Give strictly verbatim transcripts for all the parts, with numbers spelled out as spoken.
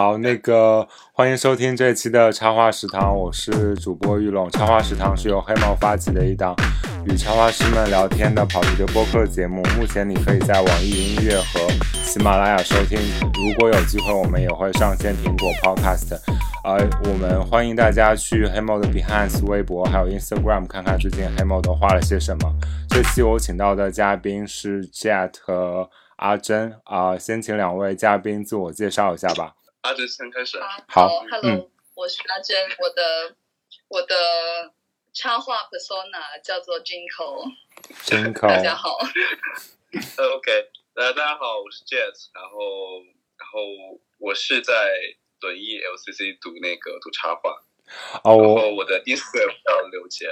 好，那个欢迎收听这一期的插画食堂，我是主播玉龙。插画食堂是由黑猫发起的一档与插画师们聊天的跑题的播客节目，目前你可以在网易云音乐和喜马拉雅收听，如果有机会我们也会上线苹果 Podcast。呃，我们欢迎大家去黑猫的 Behance 微博还有 Instagram 看看最近黑猫都画了些什么。这期我请到的嘉宾是 Jet 和阿珍啊、呃，先请两位嘉宾自我介绍一下吧。 阿珍先开始。 好 ，Hello，、 嗯、 我是阿珍，我的我的插画 persona 叫做 Jinko。Jinko， 大家好。 OK， 呃，大家好，我是 Jet， 然后然后我是在轮艺 L C C 读那个读插画。哦，然后我的 Instagram 叫刘杰。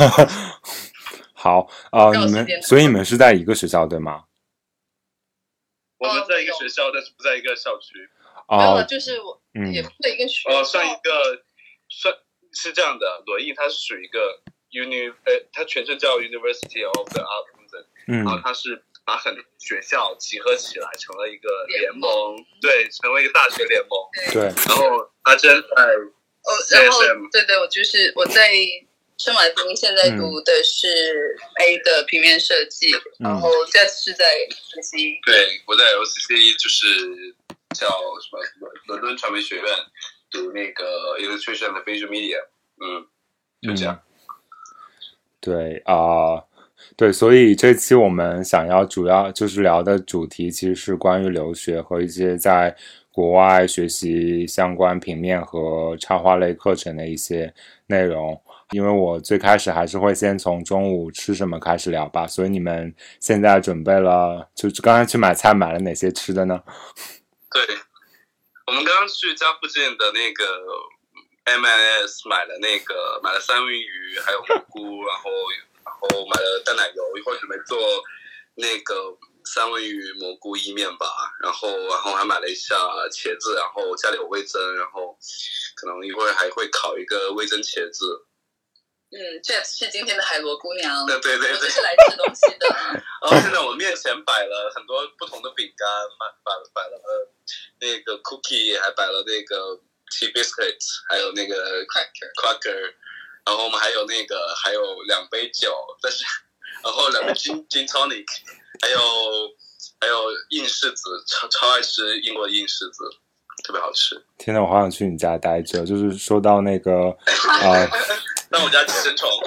好，呃，你们所以你们是在一个学校对吗？ 我们在一个学校，但是不在一个校区。 没有，就是我也不在一个学校。 哦，算一个，算是这样的，轮艺它是属于一个 uni， 呃，它全称叫 University of the Art London， 嗯，然后它是把很多学校集合起来成了一个联盟，对，成为一个大学联盟， 对。 然后阿珍在， 哦，然后对对，我就是我在圣马丁现在读的是 A 的平面设计，嗯、然后这次是在 L C C， 对，我在 L C C 就是叫什么伦敦传媒学院读那个 illustration 的 visual media， 嗯，就这样。 嗯、对啊、呃，对，所以这期我们想要主要就是聊的主题其实是关于留学和一些在国外学习相关平面和插画类课程的一些内容。因为我最开始还是会先从中午吃什么开始聊吧，所以你们现在准备了，就是刚才去买菜买了哪些吃的呢？ 对，我们刚刚去家附近的那个 M and S 买了那个买了三文鱼，还有蘑菇，然后然后买了淡奶油，一会儿准备做那个三文鱼蘑菇意面吧，然后然后还买了一下茄子，然后家里有味噌，然后可能一会儿还会烤一个味噌茄子。 嗯 ，Jet 是今天的海螺姑娘， 对对对， 我就是来吃东西的。 然后现在我面前摆了很多不同的饼干，摆了摆了那个 cookie， 还摆了那个 tea biscuits， 还有那个 cracker cracker， 然后我们还有那个还有两杯酒，但是然后两杯 gin gin tonic， 还有还有硬柿子，超超爱吃英国的硬柿子。特别好吃， 天哪！我好想去你家待着。就是说到那个啊，呃、 到我家寄生虫。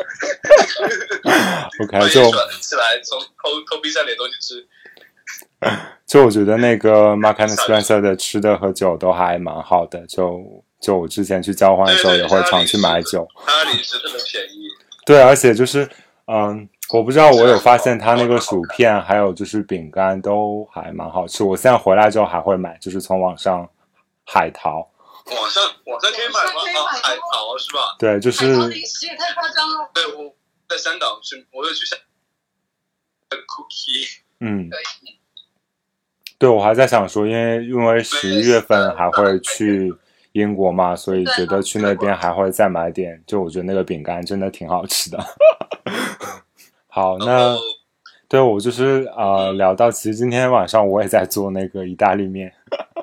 OK， 就起来从偷偷冰箱里的东西吃。 就我觉得那个 Marks and Spencer 的吃的和酒都还蛮好的。就就我之前去交换的时候也会常去买酒。 它零食特别便宜。 对，而且就是嗯。我不知道，我有发现它那个薯片还有就是饼干都还蛮好吃。我现在回来之后还会买，就是从网上海淘。 网上网上可以买吗？啊，海淘是吧？ 对，就是。 海淘零食也太夸张了。 对，我在香港去，我有去香港 cookie。 嗯。对，我还在想说，因为因为十一月份还会去英国嘛，所以觉得去那边还会再买点。就我觉得那个饼干真的挺好吃的。好，那对我就是呃聊到，其实今天晚上我也在做那个意大利面。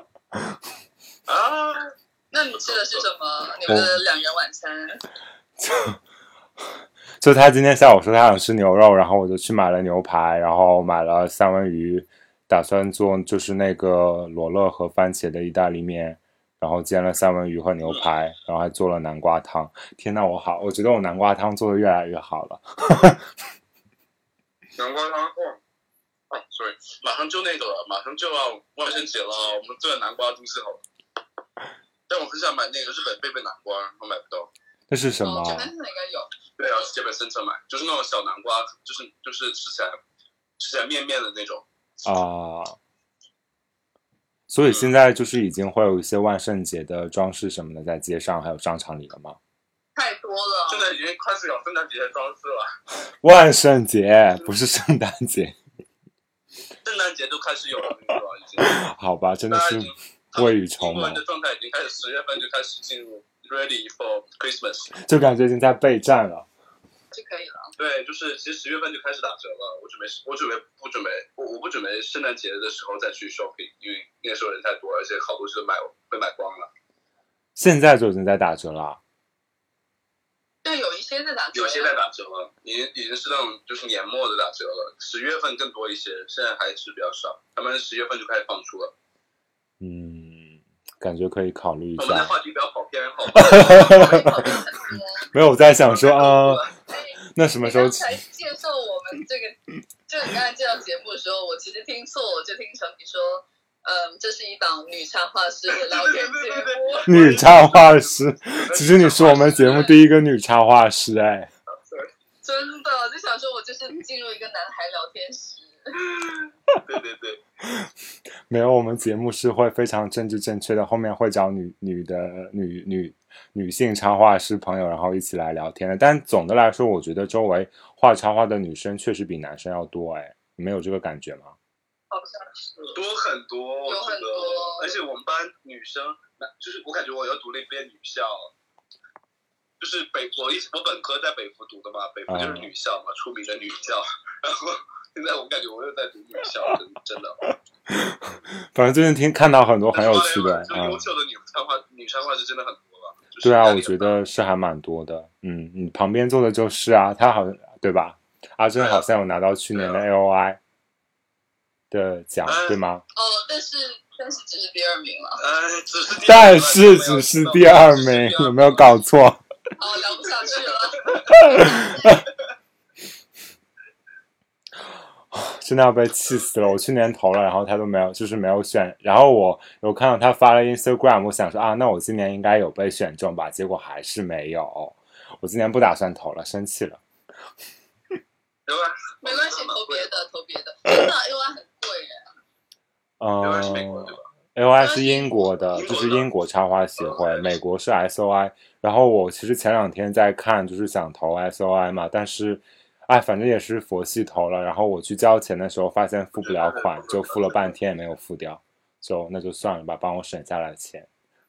啊， 那你吃的是什么？你们的两人晚餐？ 就就他今天下午说他想吃牛肉，然后我就去买了牛排，然后买了三文鱼，打算做就是那个罗勒和番茄的意大利面，然后煎了三文鱼和牛排，然后还做了南瓜汤。天哪，我好，我觉得我南瓜汤做的越来越好了。 南瓜汤哦，啊 ，sorry， 马上就那个了，马上就要万圣节了，我们做的南瓜都是好。但我很想买那个日本贝贝南瓜，我买不到。 那是什么？ 这边应该有。 对啊，这边生车买，就是那种小南瓜，就是就是吃起来吃起来面面的那种。 啊。所以现在就是已经会有一些万圣节的装饰什么的在街上还有商场里了吗？ 太多了， 现在已经开始有圣诞节的装饰了。 万圣节不是圣诞节， 圣诞节都开始有了，已经。 好吧，真的是未雨绸缪。 英文的状态已经开始，十月份就开始进入 ready for Christmas， 就感觉已经在备战了。 就可以了。 对，就是其实十月份就开始打折了。我准备，我准备不准备，我我不准备圣诞节的时候再去 shopping， 因为那时候人太多，而且好多是买被买光了。 现在就已经在打折了。 对，有一些在打折， 有些在打折了，已经已经是那种就是年末的打折了。十月份更多一些，现在还是比较少。他们十月份就开始放出了。 嗯，感觉可以考虑一下。 我们的话题不要跑偏，好吗？ 没有，我在想说啊、呃，那什么时候？ 你刚才介绍我们这个，就你刚才介绍节目的时候，我其实听错，我就听成你说。嗯，这是一档女插画师的聊天节目。 女插画师，其实你是我们节目第一个女插画师哎。 真的，就想说我就是进入一个男孩聊天室。 对对对。 没有，我们节目是会非常政治正确的，后面会找女女的女女女性插画师朋友，然后一起来聊天的。但总的来说，我觉得周围画插画的女生确实比男生要多哎，你没有这个感觉吗？ 好像是多很多， 有很多， 而且我们班女生，就是我感觉我又读了一遍女校，就是北我一我本科在北服读的嘛，北服就是女校嘛，嗯、出名的女校，然后现在我感觉我又在读女校，真真的。 反正最近听看到很多很有趣的， 就优秀的女插画、嗯、女插画是真的很多了。就是、 对啊，我觉得是还蛮多的。嗯，你旁边坐的就是啊，他好像对吧？阿珍好像有拿到去年的 A O I。的奖、嗯、对吗？ 哦，但是但是只是第二名了。 哎，只是但是只是第二名，有没有搞错？ 哦，聊不下去了。 真的要被气死了！我去年投了，然后他都没有，就是没有选。然后我有看到他发了 Instagram， 我想说啊，那我今年应该有被选中吧？结果还是没有。我今年不打算投了，生气了。 没关系，投别的，投别的。真的 A O I 很贵耶。 嗯 ，A O I 是英国的，就是英国插画协会，美国是 S O I。然后我其实前两天在看，就是想投 S O I 嘛，但是，哎，反正也是佛系投了。然后我去交钱的时候，发现付不了款，就付了半天也没有付掉，就那就算了吧，帮我省下来钱。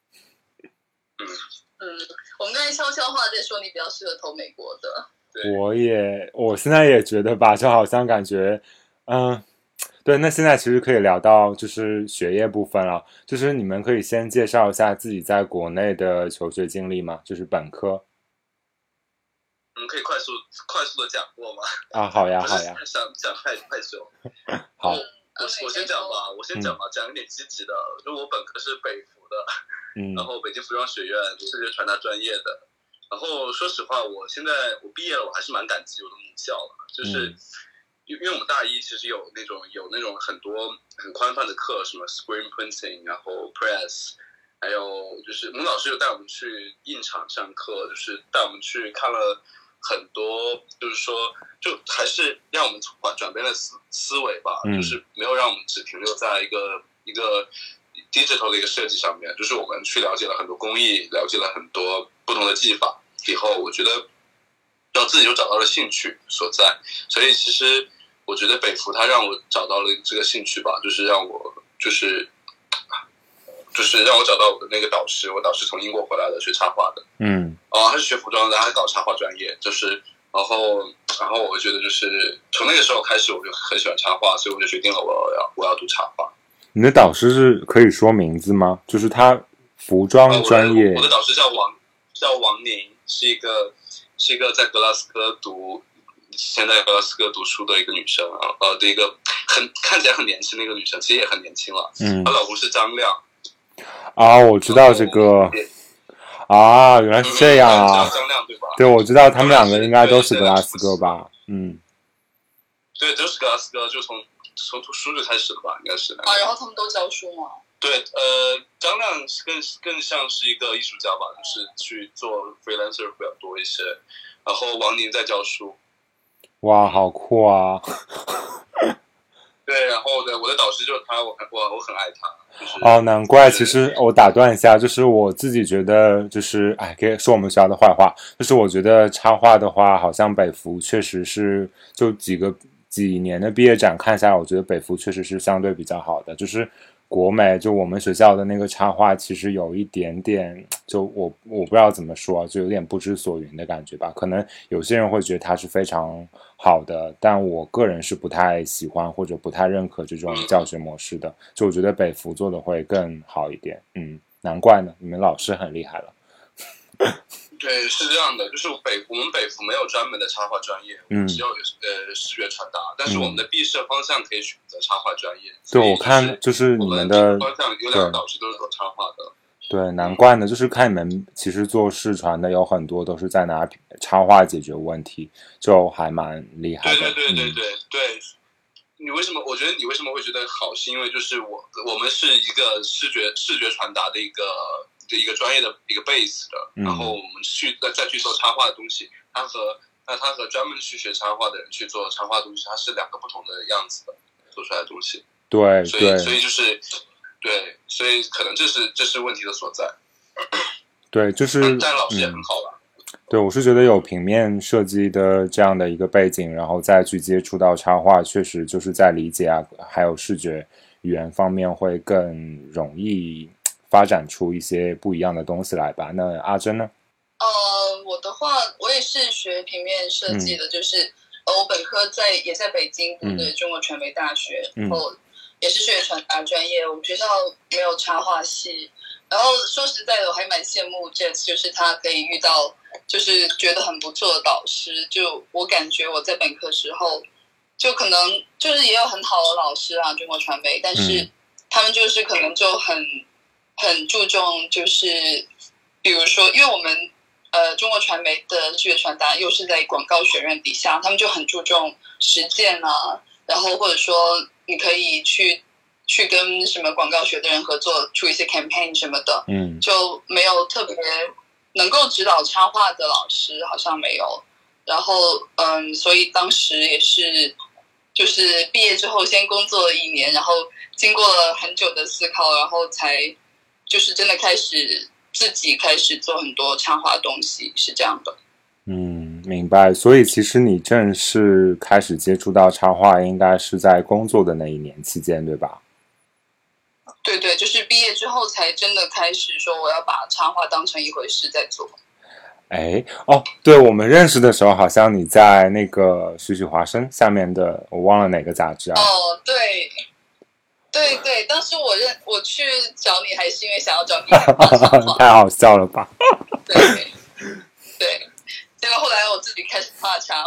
嗯，我们刚才悄悄话在说，你比较适合投美国的。 我也，我现在也觉得吧，就好像感觉，嗯，对。那现在其实可以聊到就是学业部分了，就是你们可以先介绍一下自己在国内的求学经历吗？就是本科。 嗯，可以快速快速的讲过吗？ 啊，好呀，好呀。 想讲太太久。 好， 我我先讲吧，我先讲吧，讲一点积极的。就我本科是北服的，嗯，然后北京服装学院视觉传达专业的。然后说实话，我现在我毕业了，我还是蛮感激我的母校的，就是因为我们大一其实有那种有那种很多很宽泛的课，什么 screen printing， 然后 press， 还有就是我们老师有带我们去印厂上课，就是带我们去看了很多，就是说就还是让我们转变了思思维吧，嗯、就是没有让我们只停留在一个一个 digital 的一个设计上面，就是我们去了解了很多工艺，了解了很多不同的技法。以后我觉得让自己就找到了兴趣所在，所以其实我觉得北服它让我找到了这个兴趣吧，就是让我就是就是让我找到我的那个导师，我导师从英国回来的，学插画的，嗯，哦，他是学服装的，他还搞插画专业，就是然后然后我觉得就是从那个时候开始我就很喜欢插画，所以我就决定了我要我要读插画。 你的导师是可以说名字吗？就是他服装专业、 呃、我, 我的导师叫王叫王宁。是一个是一个在格拉斯哥读，现在格拉斯哥读书的一个女生啊，呃，的一个很看起来很年轻的一个女生，其实也很年轻了。嗯，她老公是张亮。 啊，我知道这个。啊，原来是这样啊！ 张亮对吧？ 对，我知道他们两个应该都是格拉斯哥吧？嗯。 对，都是格拉斯哥，就从从读书就开始了吧？应该是。 啊，然后他们都教书吗？ 对，呃，张亮更更像是一个艺术家吧，就是去做 freelancer 比较多一些。然后王宁在教书。 哇，好酷啊！ 对，然后的我的导师就是他，我我我很爱他。就是、 哦，难怪。其实我打断一下，就是我自己觉得，就是哎，可以说我们学校的坏话，就是我觉得插画的话，好像北服确实是就几个几年的毕业展看下来，我觉得北服确实是相对比较好的，就是。 国美就我们学校的那个插画，其实有一点点，就我我不知道怎么说，就有点不知所云的感觉吧。可能有些人会觉得它是非常好的，但我个人是不太喜欢或者不太认可这种教学模式的。就我觉得北服做的会更好一点。嗯，难怪呢，你们老师很厉害了。 对，是这样的，就是北我们北服没有专门的插画专业， 嗯， 只有呃视觉传达，但是我们的毕设方向可以选择插画专业。 对，我看就是你们的方向有两个导师都是做插画的。 对，难怪呢，就是看你们其实做视传的有很多都是在拿插画解决问题，就还蛮厉害的。 对对对对对、嗯、对。你为什么？我觉得你为什么会觉得好，是因为就是我我们是一个视觉视觉传达的一个。一个专业的一个 base 的，然后我们去再再去做插画的东西，它和那它和专门去学插画的人去做插画的东西，它是两个不同的样子的做出来的东西。 对， 所以所以就是对，所以可能这是这是问题的所在。 对，就是但老师也很好吧、 嗯。对，我是觉得有平面设计的这样的一个背景，然后再去接触到插画，确实就是在理解啊，还有视觉语言方面会更容易。发展出一些不一样的东西来吧。那阿珍呢？ 呃，我的话，我也是学平面设计的，嗯、就是呃，我本科在也在北京读的中国传媒大学，然、嗯、后也是视觉传达专业。我们学校没有插画系，然后说实在的，我还蛮羡慕 Jet， 就是他可以遇到就是觉得很不错的导师。就我感觉我在本科时候，就可能就是也有很好的老师啊，中国传媒，但是他们就是可能就很。很注重就是，比如说，因为我们呃中国传媒的视觉传达又是在广告学院底下，他们就很注重实践啊，然后或者说你可以去去跟什么广告学的人合作，出一些 campaign 什么的， 嗯， 就没有特别能够指导插画的老师，好像没有。然后嗯，所以当时也是就是毕业之后先工作了一年，然后经过了很久的思考，然后才。就是真的开始自己开始做很多插画东西，是这样的。 嗯，明白。所以其实你正式开始接触到插画，应该是在工作的那一年期间，对吧？ 对对，就是毕业之后才真的开始说我要把插画当成一回事在做。 哎，哦，对，我们认识的时候，好像你在那个栩栩华生下面的，我忘了哪个杂志啊？ 哦，对。对对，当时我认我去找你，还是因为想要找你画插画。 太好笑了吧？ 对对，结果后来我自己开始画插。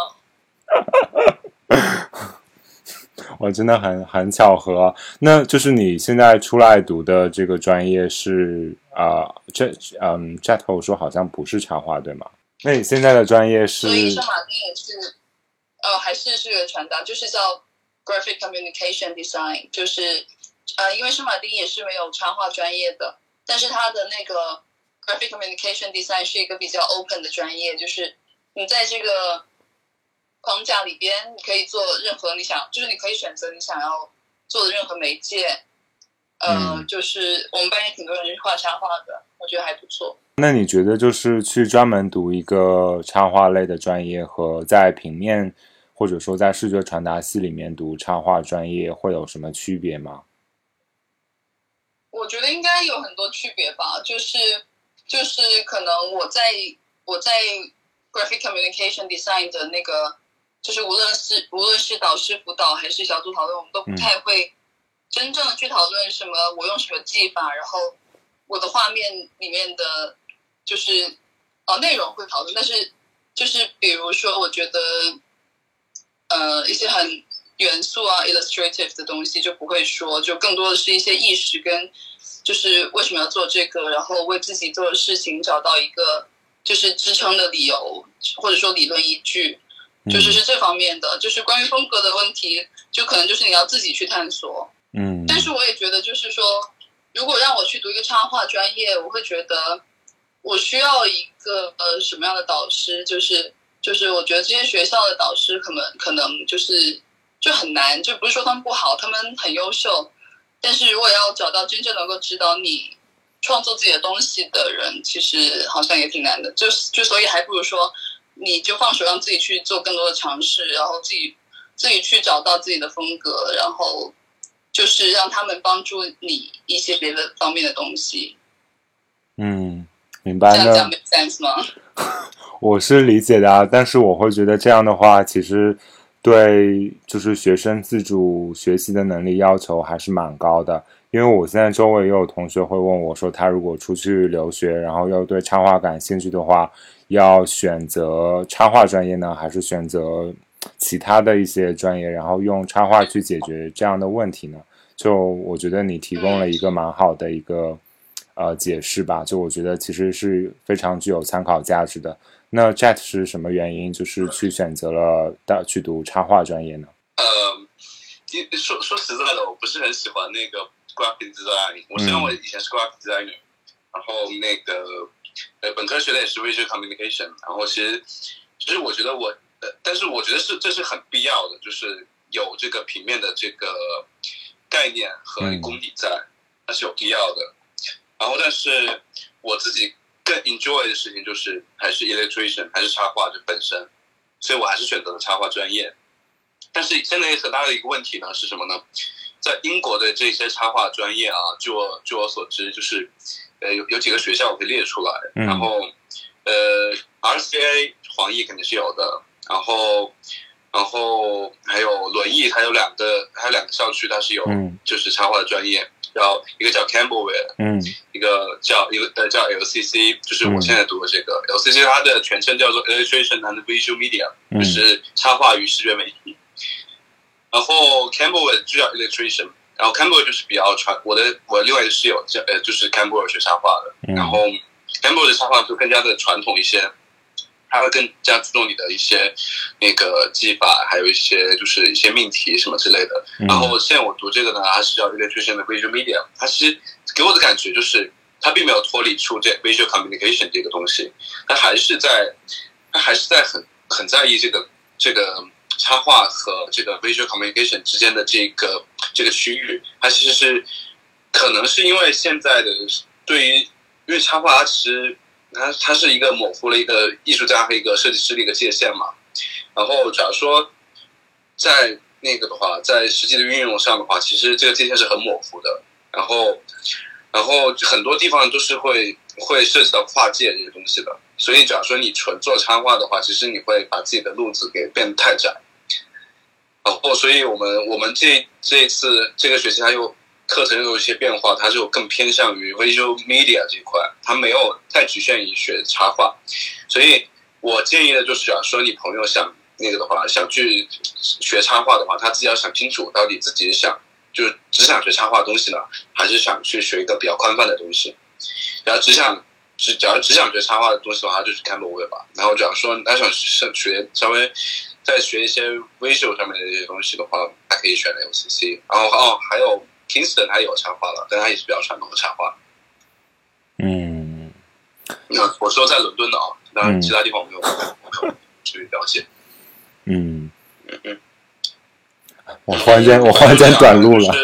我真的很很巧合。那就是你现在出来读的这个专业是啊，这嗯 Jet 我说好像不是插画对吗？那你现在的专业是？ 所以圣马丁也是，呃，还是视觉传达，就是叫 Graphic Communication Design， 就是。呃，因为圣马丁也是没有插画专业的，但是他的那个 Graphic Communication Design 是一个比较 open 的专业，就是你在这个框架里边，你可以做任何你想，就是你可以选择你想要做的任何媒介。呃， 嗯、 就是我们班也挺多人是画插画的，我觉得还不错。 那你觉得就是去专门读一个插画类的专业和在平面或者说在视觉传达系里面读插画专业会有什么区别吗？ 我觉得应该有很多区别吧，就是就是可能我在我在 graphic communication design 的那个，就是无论是无论是导师辅导还是小组讨论，我们都不太会真正的去讨论什么我用什么技法，然后我的画面里面的就是呃内容会讨论，但是就是比如说我觉得呃一些很元素啊 illustrative 的东西就不会说，就更多的是一些意识跟就是为什么要做这个，然后为自己做的事情找到一个就是支撑的理由或者说理论依据，就是是这方面的。就是关于风格的问题就可能就是你要自己去探索。 嗯， 但是我也觉得就是说如果让我去读一个插画专业，我会觉得我需要一个呃什么样的导师，就是就是我觉得这些学校的导师可能可能就是就很难，就不是说他们不好，他们很优秀，但是如果要找到真正能够指导你创作自己的东西的人，其实好像也挺难的。就就所以还不如说你就放手让自己去做更多的尝试，然后自己自己去找到自己的风格，然后就是让他们帮助你一些别的方面的东西。 嗯，明白。 这样讲 make sense 吗？ 我是理解的啊，但是我会觉得这样的话，其实对就是学生自主学习的能力要求还是蛮高的。因为我现在周围也有同学会问我说，他如果出去留学，然后又对插画感兴趣的话，要选择插画专业呢，还是选择其他的一些专业，然后用插画去解决这样的问题呢？就我觉得你提供了一个蛮好的一个呃解释吧，就我觉得其实是非常具有参考价值的。那 Jet 是什么原因就是去选择了去读插画专业呢？ 呃，说说实在的，我不是很喜欢那个 graphic design。我虽然我以前是 graphic designer，、嗯、然后那个呃本科学的也是 visual communication， 然后其实其实我觉得我呃，但是我觉得是这是很必要的，就是有这个平面的这个概念和功底在，那、嗯、是有必要的。然后但是我自己更 enjoy 的事情就是还是 illustration， 还是插画这本身，所以我还是选择了插画专业。但是现在很大的一个问题呢是什么呢？在英国的这些插画专业啊，据我据我所知，就是呃有有几个学校我会列出来，嗯、然后呃 R C A 黄奕肯定是有的，然后然后还有轮椅，它有两个还有两个校区它是有就是插画的专业。叫一个叫 Campbellware， 嗯，一个叫一个呃叫 L C C， 就是我现在读的这个、嗯、L C C， 它的全称叫做 Illustration and Visual Media，、嗯、就是插画与视觉媒体。然后 Campbellware 就叫 Illustration， 然后 Campbellware 就是比较传，我的我的另外一个室友叫呃就是 Campbellware 学插画的，嗯、然后 Campbellware 的插画就更加的传统一些。它会更加注重你的一些那个技法，还有一些就是一些命题什么之类的。嗯、然后现在我读这个呢，它是叫 Illustration and Visual Media， 它其实给我的感觉就是它并没有脱离出这 Visual Communication 这个东西，它还是在它还是在很很在意这个这个插画和这个 Visual Communication 之间的这个这个区域。它其实是可能是因为现在的对于因为插画它其实。它它是一个模糊了一个艺术家和一个设计师的一个界限嘛，然后假如说在那个的话，在实际的运用上的话，其实这个界限是很模糊的，然后然后很多地方都是会会涉及到跨界这些东西的，所以假如说你纯做插画的话，其实你会把自己的路子给变得太窄，然后所以我们我们这这一次这个学期它又。课程有一些变化，它就更偏向于 visual media 这一块，它没有太局限于学插画，所以我建议的就是，假如说你朋友想那个的话，想去学插画的话，他自己要想清楚，到底自己想就是只想学插画的东西呢，还是想去学一个比较宽泛的东西。然后只想只假如只想学插画的东西的话，就去 Campbellware 吧。然后假如说他想学稍微再学一些 visual 上面的这些东西的话，他可以选 L C C。然后哦，还有。Kingston 它有插画了，但它也是比较传统的插画。 嗯， 那我说在伦敦的啊，当然其他地方我没有没有去了解。 嗯嗯嗯，我忽然间我忽然间短路了，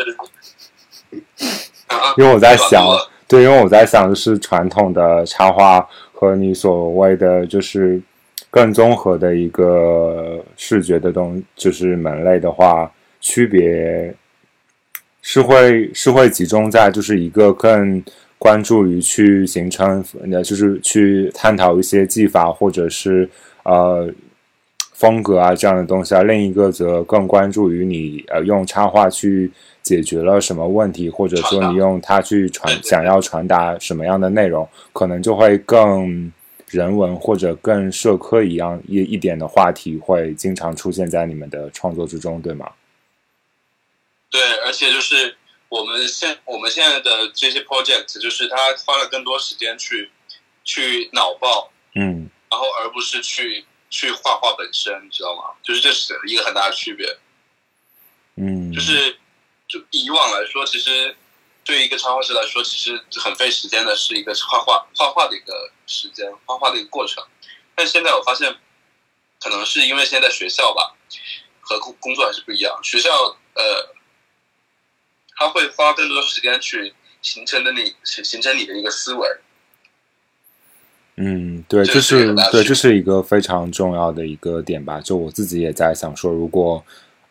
啊、 因为我在想，对，因为我在想的是传统的插画和你所谓的就是更综合的一个视觉的东，就是门类的话，区别。是会是会集中在就是一个更关注于去形成，就是去探讨一些技法或者是呃风格啊这样的东西啊，另一个则更关注于你呃用插画去解决了什么问题，或者说你用它去传想要传达什么样的内容，可能就会更人文或者更社科一样一一点的话题会经常出现在你们的创作之中，对吗？ 对，而且就是我们现我们现在的这些 project， 就是他花了更多时间去去脑爆， 嗯， 然后而不是去去画画本身，你知道吗？就是这是一个很大的区别。 嗯， 就是就以往来说，其实对于一个插画师来说，其实很费时间的是一个画画画画的一个时间，画画的一个过程。但现在我发现，可能是因为现在学校吧，和工作还是不一样。学校呃。他会花更多时间去形成的你形成你的一个思维。 嗯，对，这是对，这是一个非常重要的一个点吧。就我自己也在想说，如果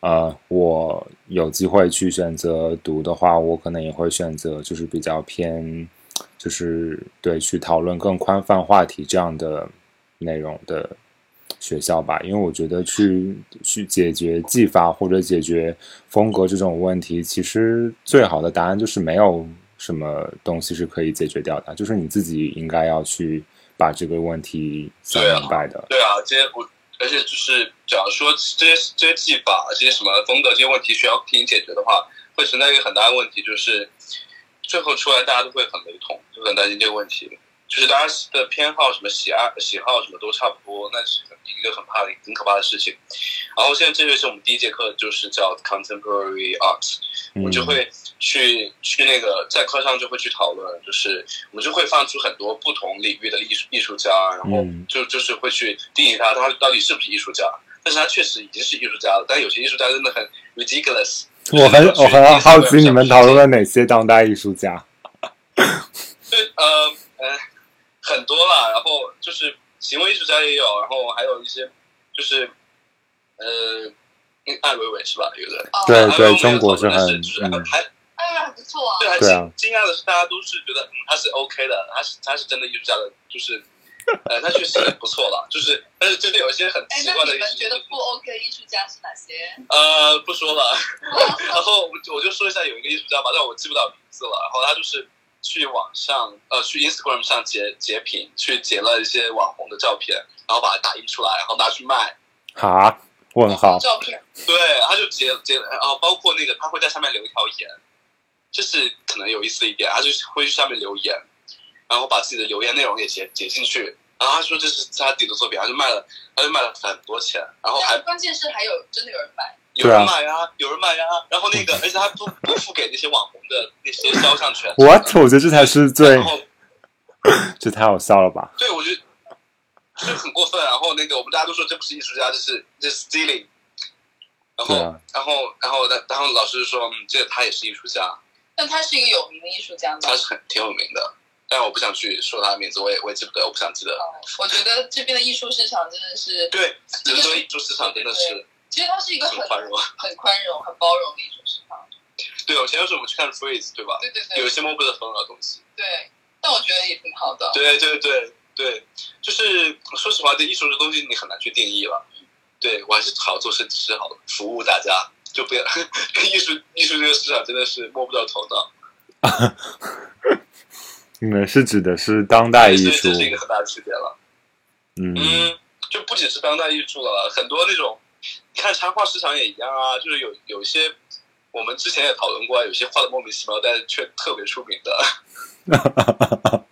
呃，我有机会去选择读的话，我可能也会选择就是比较偏，就是对去讨论更宽泛话题这样的内容的学校吧，因为我觉得去去解决技法或者解决风格这种问题，其实最好的答案就是没有什么东西是可以解决掉的，就是你自己应该要去把这个问题想明白的。 对啊，这些我。而且就是，假如说这些这些技法、这些什么风格这些问题需要替你解决的话，会存在一个很大的问题，就是最后出来大家都会很雷同，就很担心这个问题。就是大家的偏好、什么喜爱、喜好什么都差不多，那是一个很怕的、很可怕的事情。然后现在这就是我们第一节课，就是叫 Contemporary Art，、嗯、我就会去去那个在课上就会去讨论，就是我们就会放出很多不同领域的艺术艺术家，然后就就是会去定义他，他到底是不是艺术家。但是他确实已经是艺术家了，但有些艺术家真的很 ridiculous。 我很我很好奇你们讨论了哪些当代艺术家？ 对，呃呃。很多啦，然后就是行为艺术家也有，然后还有一些就是呃，艾维维是吧？有的， 对对，中国是很就是还艾维维很不错啊。 对，还惊惊讶的是，大家都是觉得嗯他是 OK 的，他是他是真的艺术家的，就是呃，他确实不错了，就是但是真的有一些很奇怪的。 哎，那你们觉得不 OK 的艺术家是哪些？ 呃，不说了。然后我就说一下有一个艺术家吧，但我记不到名字了。然后他就是去网上呃去 Instagram 上截截屏，去截了一些网红的照片，然后把它打印出来，然后拿去卖。 哈，问号。 照片。 对，他就截截，然后包括那个他会在上面留一条言，这是可能有意思一点，他就会去下面留言，然后把自己的留言内容也截截进去。然后他说这是他自己的作品，他就卖了，他就卖了很多钱，然后还关键是还有真的有人买。 有人买啊，有人买啊，然后那个，而且他不不付给那些网红的那些肖像权。 What？ 我觉得这才是最，这太好笑了吧？ 对，我觉得这很过分。然后那个，我们大家都说这不是艺术家，这是这是 stealing。然后，啊、然后，然后，然后老师就说，嗯，这个他也是艺术家。 但他是一个有名的艺术家吗？ 他是很挺有名的，但我不想去说他的名字，我也我也记不得，我不想记得。 哦、我觉得这边的艺术市场真的是对，这个艺术市场真的是。对对对， 其实它是一个很宽容、 很宽容、很包容的艺术市场。 对，我前段时间我们去看 Freeze， 对吧？ 对对对， 有一些摸不得头脑的东西。 对，但我觉得也挺好的。 对对对对，就是说实话，这艺术这东西你很难去定义了。对，我还是好好做设计师好了，服务大家，就不要艺术艺术这个市场真的是摸不到头脑。 你们是指的是当代艺术？ 这是一个很大的区别了。 嗯。 嗯，就不仅是当代艺术了，很多那种，你看插画市场也一样啊，就是有有一些我们之前也讨论过，有些画的莫名其妙，但是却特别出名的。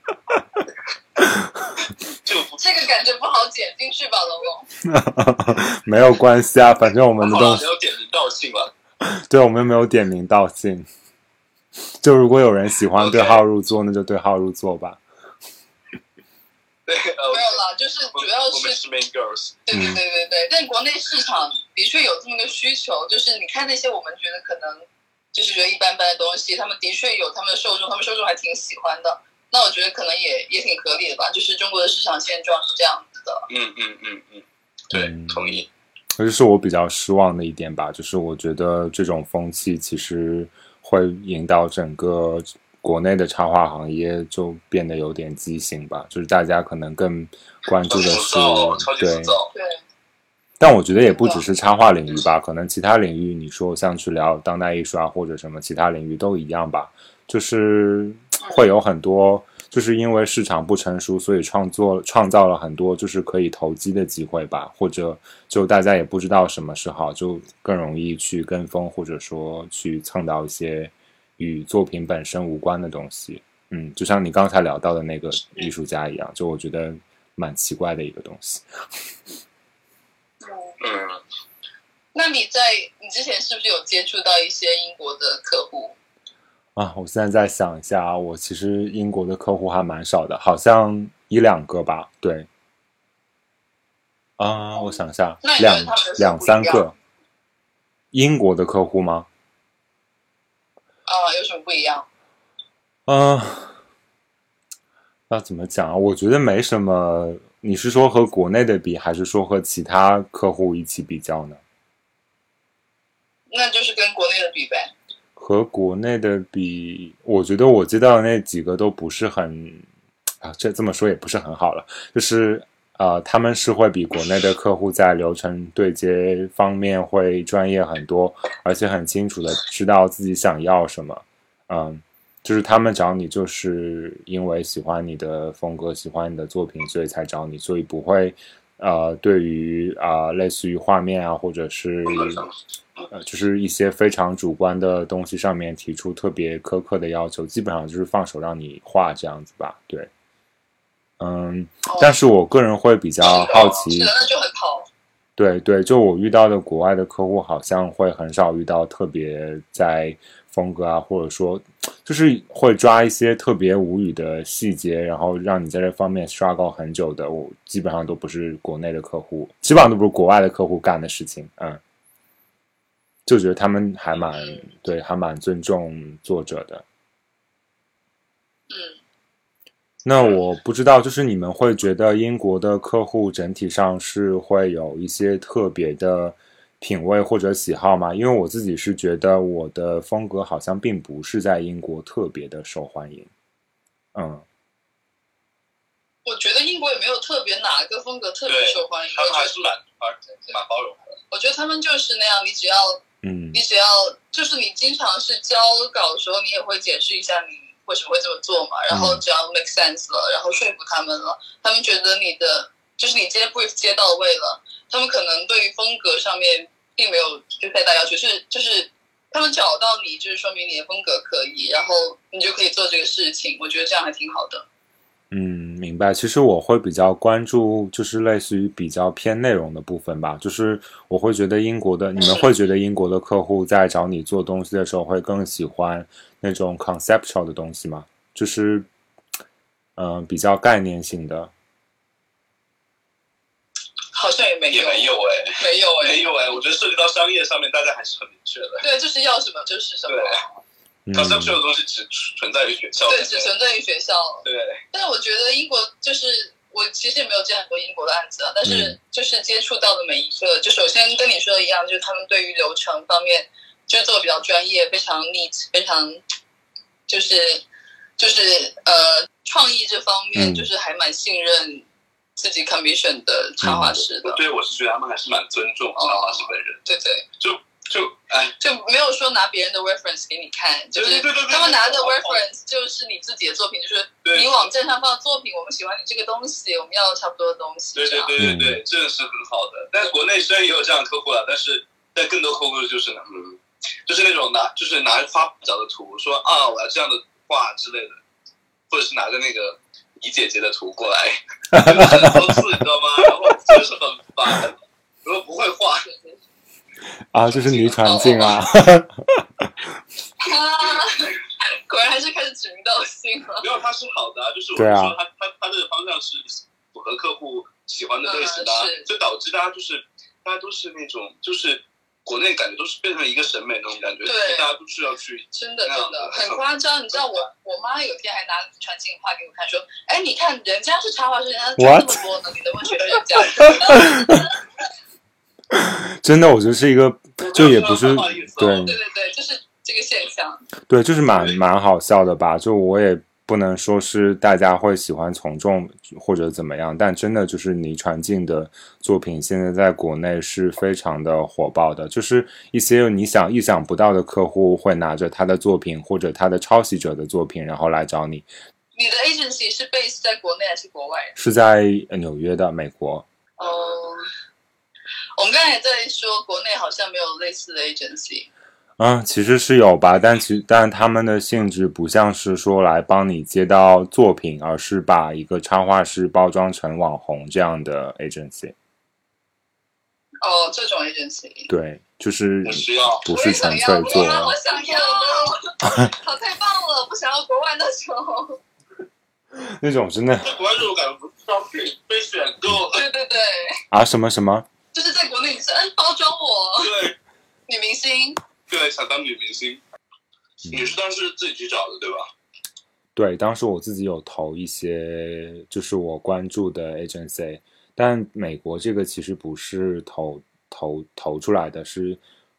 这个这个感觉不好剪进去吧，龙龙。 没有关系啊，反正我们的东西没有点名道姓了。 对，我们又没有点名道姓。就如果有人喜欢对号入座， okay. 那就对号入座吧。 对， 没有啦，就是主要是， 我们是 main girls。 对对对对对，但国内市场的确有这么一个需求，就是你看那些我们觉得可能就是觉得一般般的东西，他们的确有他们的受众，他们受众还挺喜欢的。那我觉得可能也也挺合理的吧，就是中国的市场现状是这样子的。 嗯嗯嗯嗯，对，嗯、同意。 这是我比较失望的一点吧，就是我觉得这种风气其实会引导整个国内的插画行业就变得有点畸形吧，就是大家可能更关注的是对对， 但我觉得也不只是插画领域吧，可能其他领域你说像去聊当代艺术啊或者什么其他领域都一样吧，就是会有很多就是因为市场不成熟，所以创作创造了很多就是可以投机的机会吧，或者就大家也不知道什么是好，就更容易去跟风，或者说去蹭到一些与作品本身无关的东西。嗯，就像你刚才聊到的那个艺术家一样，就我觉得蛮奇怪的一个东西。 嗯， 那你在你之前是不是有接触到一些英国的客户？ 啊，我现在在想一下，我其实英国的客户还蛮少的，好像一两个吧。对，啊，我想一下，两两三个。英国的客户吗？ 啊，有什么不一样？ 嗯、呃，那怎么讲啊？我觉得没什么。你是说和国内的比，还是说和其他客户一起比较呢？ 那就是跟国内的比呗。 和国内的比，我觉得我知道的那几个都不是很啊，这这么说也不是很好了，就是呃，他们是会比国内的客户在流程对接方面会专业很多，而且很清楚的知道自己想要什么，嗯。就是他们找你，就是因为喜欢你的风格，喜欢你的作品，所以才找你，所以不会，呃，对于啊、呃，类似于画面啊，或者是呃，就是一些非常主观的东西上面提出特别苛刻的要求，基本上就是放手让你画这样子吧，对，嗯，但是我个人会比较好奇， 是的，那就很好。 对对，就我遇到的国外的客户，好像会很少遇到特别在风格啊，或者说就是会抓一些特别无语的细节，然后让你在这方面 struggle 很久的。我基本上都不是国内的客户，基本上都不是国外的客户干的事情。嗯，就觉得他们还蛮对，还蛮尊重作者的。 嗯。 那我不知道，就是你们会觉得英国的客户整体上是会有一些特别的品味或者喜好吗？因为我自己是觉得我的风格好像并不是在英国特别的受欢迎。嗯， 我觉得英国也没有特别哪个风格特别受欢迎， 他们还是蛮蛮包容的。 我觉得他们就是那样，你只要嗯， 你只要就是你经常是交稿的时候，你也会解释一下你为什么会这么做嘛，然后只要 make sense 了，然后说服他们了，他们觉得你的就是你接 brief 接到位了，他们可能对于风格上面并没有就太大要求，是就是他们找到你，就是说明你的风格可以，然后你就可以做这个事情，我觉得这样还挺好的。 嗯，明白。其实我会比较关注，就是类似于比较偏内容的部分吧。就是我会觉得英国的，你们会觉得英国的客户在找你做东西的时候，会更喜欢那种 conceptual 的东西吗？就是，嗯、呃，比较概念性的。 好像也没有， 也没有哎、 欸，没有哎、 欸，没有哎、欸。我觉得涉及到商业上面，大家还是很明确的。 对，就是要什么就是什么。 对 ，conceptual 的东西只存在于学校。 对，只存在于学校。 对。 但是我觉得英国就是我其实也没有接很多英国的案子啊，但是就是接触到的每一个，就首先跟你说的一样，就是他们对于流程方面就做的比较专业，非常 neat， 非常就是就是呃创意这方面就是还蛮信任自己 commission 的插画师的。 对，我是觉得他们还是蛮尊重插画师本人。 对对， 就就哎， 就没有说拿别人的 reference 给你看，就是他们拿的 reference 就是你自己的作品，就是你网站上放的作品，我们喜欢你这个东西，我们要差不多的东西。 对对对对对，这个是很好的。但国内虽然也有这样的客户了，但是但更多客户就是嗯，就是那种拿就是拿发不着的图，说啊我要这样的画之类的，或者是拿个那个李姐姐的图过来，很多次你知道吗？然后就是很烦，如果不会画。 啊，这是倪传静啊！ 果然还是开始指名道姓了。 没有，他是好的啊，就是我说他、啊、他他这个方向是符合客户喜欢的类型的、啊，嗯、就导致大家就是大家都是那种就是国内感觉都是变成一个审美那种感觉， 对， 大家都是要去真的真的很夸张。你知道我我妈有天还拿传静画给我看，说：“哎，你看人家是插画师，人家赚这么多呢，你能不能学学人家？” 真的，我觉得是一个，就也不是对对对对，就是这个现象。 对，就是蛮蛮好笑的吧？就我也不能说是大家会喜欢从众或者怎么样，但真的就是倪传静的作品现在在国内是非常的火爆的，就是一些你想意想不到的客户会拿着他的作品或者他的抄袭者的作品，然后来找你。 你的 agency 是 base 在国内还是国外？ 是在纽约的，美国。 哦。Uh... 我们刚才也在说，国内好像没有类似的 agency。 嗯，其实是有吧，但其但他们的性质不像是说来帮你接到作品，而是把一个插画师包装成网红这样的 agency。 哦，这种 agency。 对，就是不是纯粹做。 我想要，好太棒了！不想要国外那种。 那种真的。 国外这种感觉不是招聘被选购。 对对对。 啊？什么什么？ 就是在国内你是嗯包装我， 对， 女明星， 对，想当女明星，你是当时自己去找的对吧？ 对，当时我自己有投一些，就是我关注的 agency， 但美国这个其实不是投投投出来的，是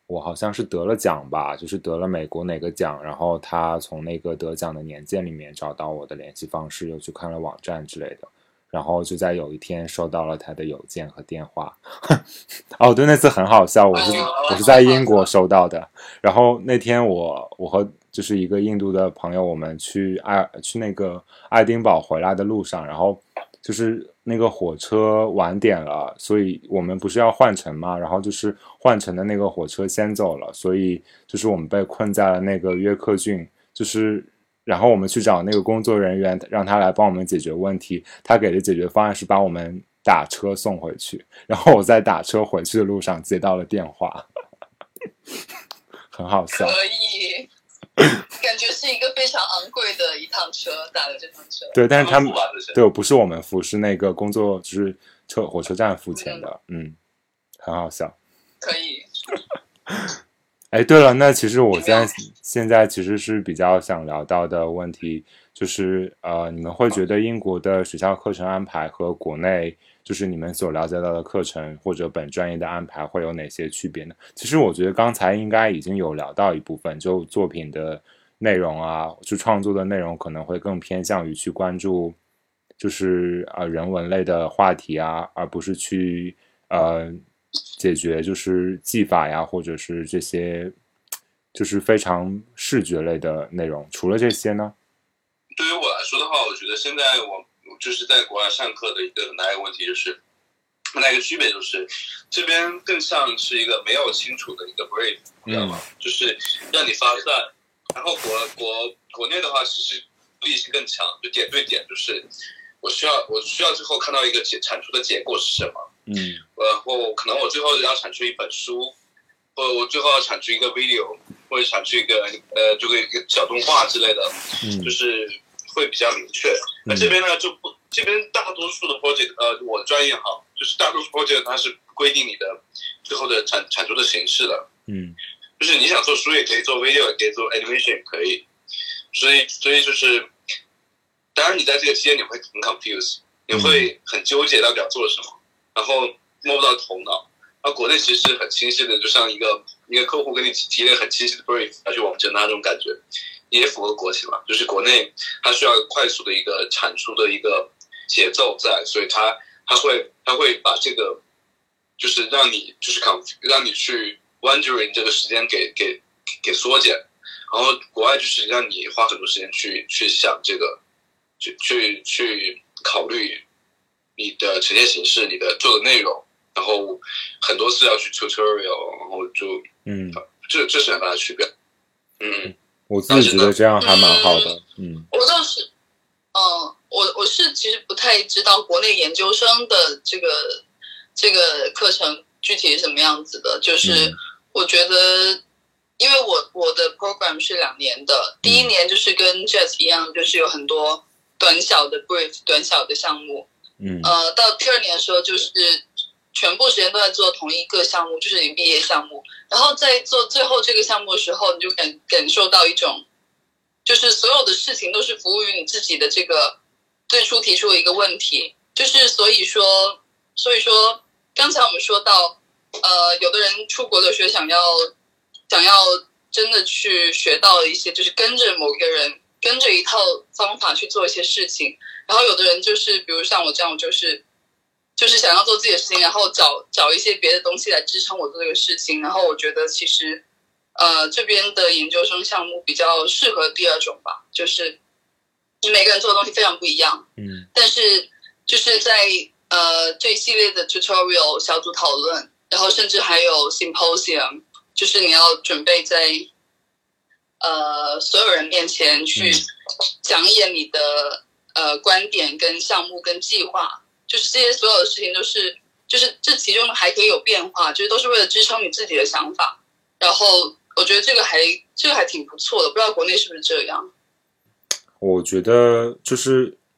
我好像是得了奖吧，就是得了美国哪个奖，然后他从那个得奖的年鉴里面找到我的联系方式，又去看了网站之类的，然后就在有一天收到了他的邮件和电话。哦，对，那次很好笑，我是我是在英国收到的，然后那天我我和就是一个印度的朋友，我们去爱去那个爱丁堡回来的路上，然后就是那个火车晚点了，所以我们不是要换乘嘛，然后就是换乘的那个火车先走了，所以就是我们被困在了那个约克郡，就是然后我们去找那个工作人员，让他来帮我们解决问题，他给的解决方案是把我们打车送回去，然后我在打车回去的路上接到了电话，很好笑。 可以。感觉是一个非常昂贵的一趟车，打了这趟车。 对，但是他们对，不是我们付，是那个工作，就是车火车站付钱的，嗯，嗯很好笑。 可以。 哎，对了，那其实我现在现在其实是比较想聊到的问题，就是呃，你们会觉得英国的学校课程安排和国内就是你们所了解到的课程或者本专业的安排会有哪些区别呢？其实我觉得刚才应该已经有聊到一部分，就作品的内容啊，就创作的内容可能会更偏向于去关注就是呃人文类的话题啊，而不是去呃解决就是技法呀，或者是这些就是非常视觉类的内容。除了这些呢？ 对于我来说的话，我觉得现在我就是在国外上课的一个很大一个问题就是，很大一个区别就是这边更像是一个没有清楚的一个 brief， 你知道吗？嗯、就是让你发散。然后国国国内的话，其实目的性更强，就点对点，就是我需要我需要最后看到一个结产出的结果是什么。 嗯。 然后可能我最后要产出一本书，或者我最后要产出一个 video， 或者产出一个呃这个一个小动画之类的，嗯、就是会比较明确。那这边呢就不，这边大多数的 project， 呃，我的专业哈，就是大多数 project 它是规定你的最后的产产出的形式的。 嗯。 就是你想做书也可以，做 video 也可以，做 animation 也可以，所以所以就是，当然你在这个期间你会很 confused， 你会很纠结到底要做什么，然后摸不到头脑。而国内其实是很清晰的，就像一个一个客户跟你提了一个很清晰的 brief， 要去完成它那种感觉，也符合国情嘛。就是国内它需要快速的一个产出的一个节奏在，所以它它会它会把这个就是让你就是 conf 让你去。wondering 这个时间给给给缩减，然后国外就是让你花很多时间去去想这个，去去去考虑你的呈现形式，你的做的内容，然后很多次要去 tutorial， 然后就嗯， 这这是很大的区别。嗯， 我自己觉得这样还蛮好的。嗯， 我倒是，嗯，我我是其实不太知道国内研究生的这个这个课程具体是什么样子的，就是。嗯我觉得，因为我我的 program 是两年的，第一年就是跟 Jazz 一样，就是有很多短小的 brief、短小的项目。 嗯。 呃，到第二年的时候，就是全部时间都在做同一个项目，就是你毕业项目。然后在做最后这个项目的时候，你就感感受到一种，就是所有的事情都是服务于你自己的这个最初提出的一个问题。就是所以说，所以说，刚才我们说到。呃，有的人出国留学想要想要真的去学到一些，就是跟着某一个人，跟着一套方法去做一些事情。然后有的人就是，比如像我这样，我就是就是想要做自己的事情，然后找找一些别的东西来支撑我做这个事情。然后我觉得其实，呃，这边的研究生项目比较适合第二种吧，就是你每个人做的东西非常不一样， 嗯， 但是就是在呃这一系列的 tutorial 小组讨论。然后甚至还有 symposium， 就是你要准备在呃所有人面前去讲演你的呃观点跟项目跟计划，就是这些所有的事情都是，就是这其中还可以有变化，就是都是为了支撑你自己的想法。然后我觉得这个还这个还挺不错的，不知道国内是不是这样？ 我觉得就是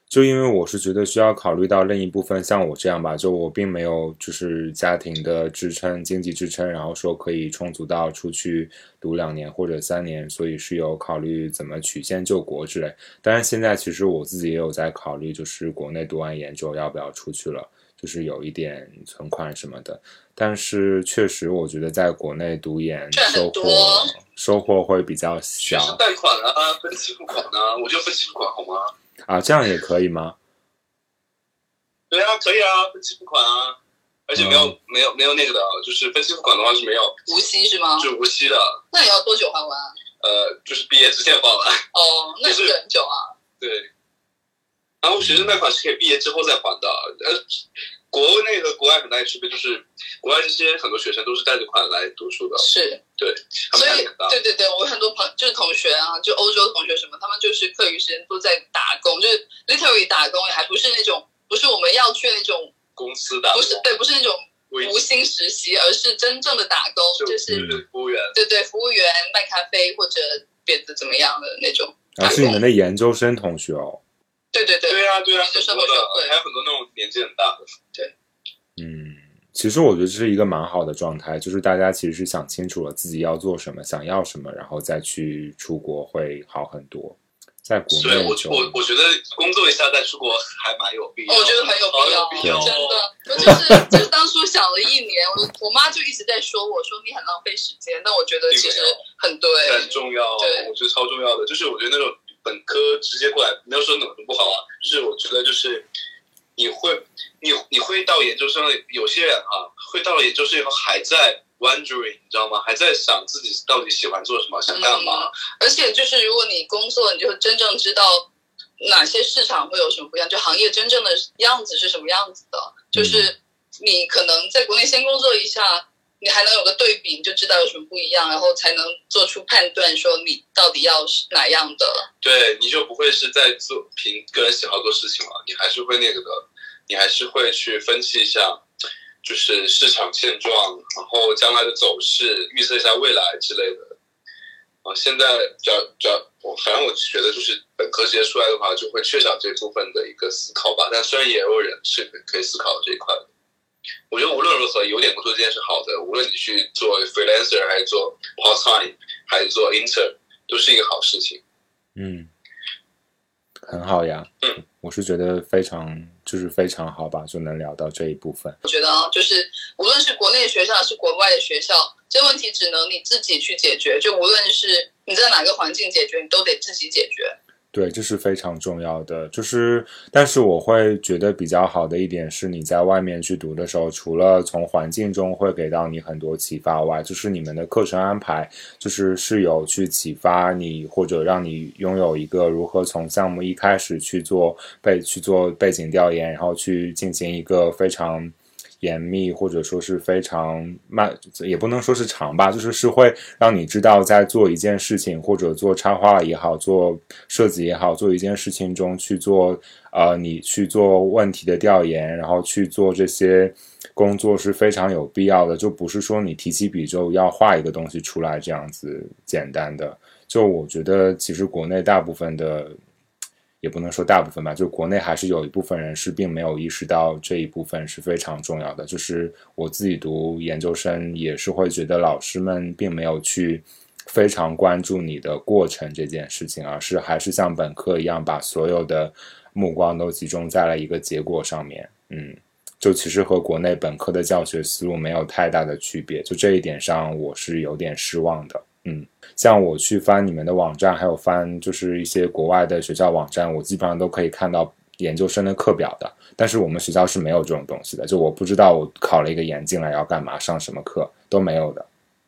就因为我是觉得需要考虑到另一部分，像我这样吧，就我并没有就是家庭的支撑、经济支撑，然后说可以充足到出去读两年或者三年，所以是有考虑怎么曲线救国之类。当然，现在其实我自己也有在考虑，就是国内读完研究要不要出去了，就是有一点存款什么的。但是确实，我觉得在国内读研收获收获会比较小。 学生贷款啊，分期付款啊，我就分期付款好吗？ 啊，这样也可以吗？ 对啊，可以啊，分期付款啊，而且没有、嗯、没有没有那个的，就是分期付款的话是没有无息是吗？ 是无息的。 那你要多久还完？ 呃，就是毕业之前还完。 哦，那是很久啊。 对。然后学生贷款是可以毕业之后再还的，呃，国内和国外很大的区别就是，国外这些很多学生都是贷着款来读书的。 是。 对。 所以，对对对，我很多朋就是同学啊，就欧洲同学什么，他们就是课余时间都在打工，就是 literally 打工，也还不是那种，不是我们要去那种公司打工， 不是对，不是那种无薪实习，而是真正的打工，就, 就是服务员， 对对，服务员卖咖啡或者别的怎么样的那种。 啊，是你们的研究生同学哦。 对对对， 对啊对啊， 研究生同学会，还有很多那种年纪很大的。 对， 嗯，其实我觉得这是一个蛮好的状态，就是大家其实是想清楚了自己要做什么，想要什么，然后再去出国会好很多。在国内， 我我我觉得工作一下再出国还蛮有必要， 我觉得很有必要， 必要真的。我就是就是当初想了一年，我我妈就一直在说我说你很浪费时间，但我觉得其实很对， 很重要，我觉得超重要的。就是我觉得那种本科直接过来，没有说哪种不好啊，就是我觉得就是你会你你会到研究生，有些人啊会到了研究生以后还在 wondering， 你知道吗？还在想自己到底喜欢做什么，想干嘛。 嗯、而且就是如果你工作，你就真正知道哪些市场会有什么不一样，就行业真正的样子是什么样子的。就是你可能在国内先工作一下，你还能有个对比，你就知道有什么不一样，然后才能做出判断，说你到底要哪样的。 对，你就不会是在做凭个人喜好做事情了，你还是会那个的，你还是会去分析一下。就是市场现状，然后将来的走势，预测一下未来之类的。啊，现在只要只要我反正我觉得就是本科直接出来的话，就会缺少这部分的一个思考吧。但虽然也有人是可以思考这一块的，我觉得无论如何有点工作经验是好的。无论你去做 freelancer 还是做 part time 还是做 intern， 都是一个好事情。 嗯，很好呀。 嗯， 我是觉得非常。就是非常好吧，就能聊到这一部分。 我觉得啊，就是无论是国内的学校还是国外的学校，这问题只能你自己去解决。就无论是你在哪个环境解决，你都得自己解决。 对，这是非常重要的。就是，但是我会觉得比较好的一点是，你在外面去读的时候，除了从环境中会给到你很多启发外，就是你们的课程安排，就是是有去启发你，或者让你拥有一个如何从项目一开始去做背去做背景调研，然后去进行一个非常严密或者说是非常慢，也不能说是长吧，就是是会让你知道在做一件事情或者做插画也好，做设计也好，做一件事情中去做呃，你去做问题的调研，然后去做这些工作是非常有必要的，就不是说你提起笔就要画一个东西出来这样子简单的。就我觉得其实国内大部分的也不能说大部分吧，就国内还是有一部分人是并没有意识到这一部分是非常重要的。就是我自己读研究生也是会觉得老师们并没有去非常关注你的过程这件事情，而是还是像本科一样把所有的目光都集中在了一个结果上面。嗯，就其实和国内本科的教学思路没有太大的区别，就这一点上我是有点失望的。嗯，像我去翻你们的网站，还有翻就是一些国外的学校网站，我基本上都可以看到研究生的课表的，但是我们学校是没有这种东西的，就我不知道我考了一个研进来要干嘛，上什么课都没有的。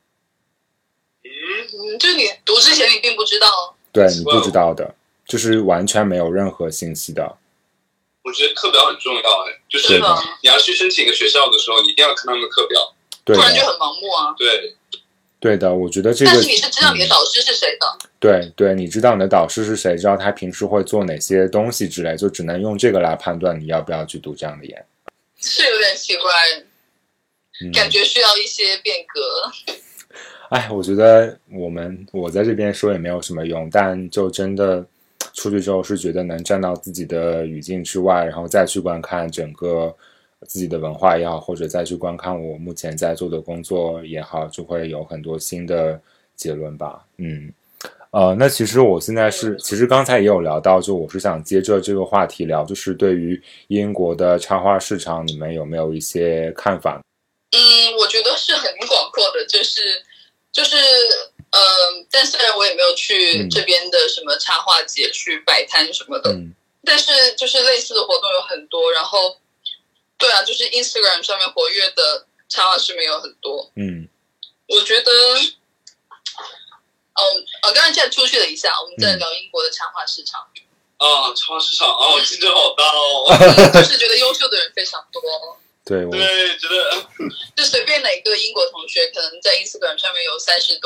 嗯，就你读之前你并不知道。 对，你不知道的，就是完全没有任何信息的。 我觉得课表很重要，哎，就是你要去申请一个学校的时候，你一定要看他们的课表， 不然就很盲目啊。 对。 对的，我觉得这个。 但是你是知道你的导师是谁的。 嗯、对对，你知道你的导师是谁，知道他平时会做哪些东西之类，就只能用这个来判断你要不要去读这样的研。 是有点奇怪，嗯、感觉需要一些变革。 哎，我觉得我们我在这边说也没有什么用，但就真的出去之后是觉得能站到自己的语境之外，然后再去观看整个自己的文化也好，或者再去观看我目前在做的工作也好，就会有很多新的结论吧。嗯，呃，那其实我现在是，其实刚才也有聊到，就我是想接着这个话题聊，就是对于英国的插画市场，你们有没有一些看法？ 嗯，我觉得是很广阔的，就是就是嗯、呃，但虽然我也没有去这边的什么插画节去摆摊什么的， 嗯，但是就是类似的活动有很多，然后对啊，就是 Instagram 上面活跃的插画师们有很多。 嗯， 我觉得，嗯，我刚才现在出去了一下，我们在聊英国的插画市场。 啊，插画市场啊，竞争好大哦。 就是觉得优秀的人非常多。 对，我对，觉得就随便哪个英国同学，可能在 Instagram 上面有三十多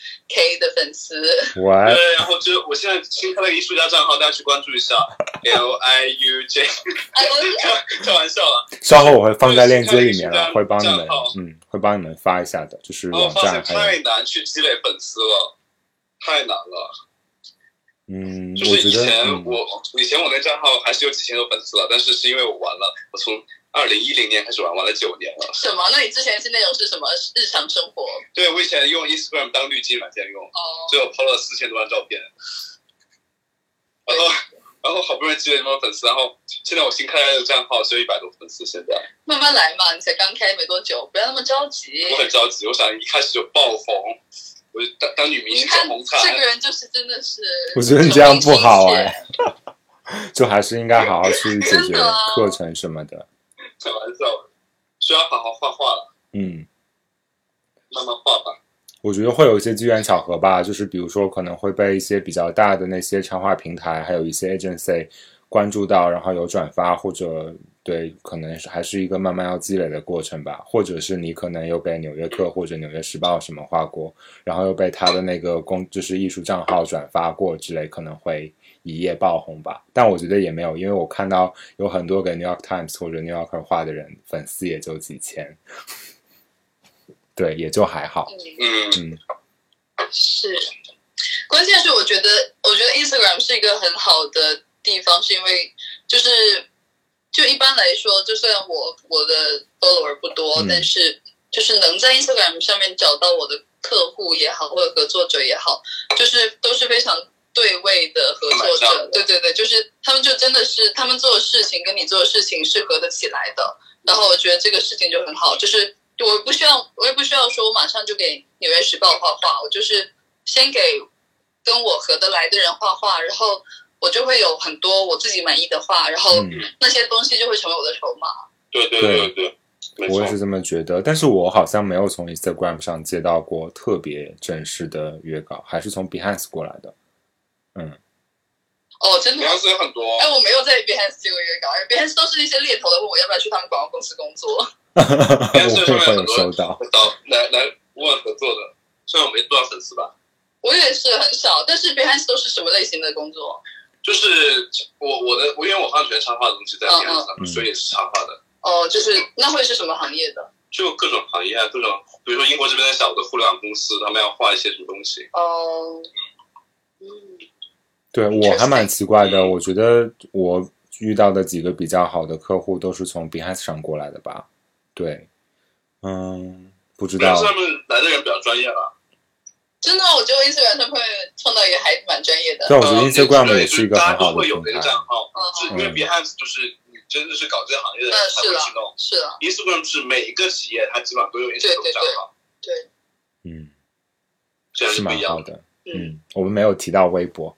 K 的粉丝。 What？ 对，然后就我现在新开了一个艺术家账号，大家去关注一下 ，L I U J。开玩笑了。 稍后我会放在链接里面了，会帮你们，嗯，会帮你们发一下的，就是网站。 我发现太难去积累粉丝了，太难了。 嗯， 就是以前我、嗯、 我以前我那账号还是有几千多粉丝了，但是是因为我玩了，我从二零一零年开始玩，玩了九年了。 什么？那你之前是内容是什么？日常生活？ 对，我以前用 Instagram 当滤镜软件用，哦，最后 po 了四千多张照片，然后然后好不容易积累那么多粉丝，然后现在我新开的账号只有一百多粉丝，现在。 慢慢来嘛，你才刚开没多久，不要那么着急。 我很着急，我想一开始就爆红。我就当当女明星走红毯， 这个人就是真的是， 我觉得你这样不好哎，就还是应该好好去解决课程什么的。 开玩笑，需要好好画画了。 嗯， 慢慢画吧。 我觉得会有一些机缘巧合吧，就是比如说可能会被一些比较大的那些插画平台，还有一些 agency 关注到，然后有转发，或者对，可能是还是一个慢慢要积累的过程吧，或者是你可能有给纽约客或者纽约时报什么画过，然后又被他的那个公就是艺术账号转发过之类，可能会一夜爆红吧。但我觉得也没有，因为我看到有很多给 New York Times 或者 New Yorker 画的人，粉丝也就几千，对，也就还好。 嗯嗯， 是，关键是我觉得，我觉得 Instagram 是一个很好的地方，是因为就是就一般来说，就虽然我我的 follower 不多，嗯、但是就是能在 Instagram 上面找到我的客户也好，或者合作者也好，就是都是非常对位的合作者。对对对，就是他们就真的是他们做的事情跟你做的事情是合得起来的。然后我觉得这个事情就很好，就是我不需要，我也不需要说我马上就给纽约时报画画，我就是先给跟我合得来的人画画，然后我就会有很多我自己满意的画，然后那些东西就会成为我的筹码。 对对对对对， 我也是这么觉得。但是我好像没有从 Instagram 上接到过特别正式的约稿，还是从 Behance 过来的。嗯。 哦，真的 ？Behance 有很多。 哎，我没有在 Behance 接过约稿，因为 Behance 都是一些猎头的问我要不要去他们广告公司工作。 Behance 上面会很多收到来来问合作的，虽然我没多少粉丝吧。 我也是很少，但是 Behance 都是什么类型的工作？ 就是我我的我因为我放学插画的东西在 Behance 上面，所以也是插画的。 哦，就是那会是什么行业的？ 就各种行业啊，各种，比如说英国这边的小的互联网公司，他们要画一些什么东西。 哦，嗯， 对，我还蛮奇怪的，我觉得我遇到的几个比较好的客户都是从 Behance 上过来的吧？对，嗯，不知道。 Behance 上面来的人比较专业了。 真的，我觉得 Instagram 上面碰到也还蛮专业的。 对，我觉得 Instagram 也是一个很好的平台。大家都会有那个账号，嗯，因为 Behance 就是你真的是搞这个行业的人才会去弄。 是的 Instagram 是每一个企业它基本上都有 Instagram 账号。 对， 嗯， 这样是蛮好的。 嗯，我们没有提到微博。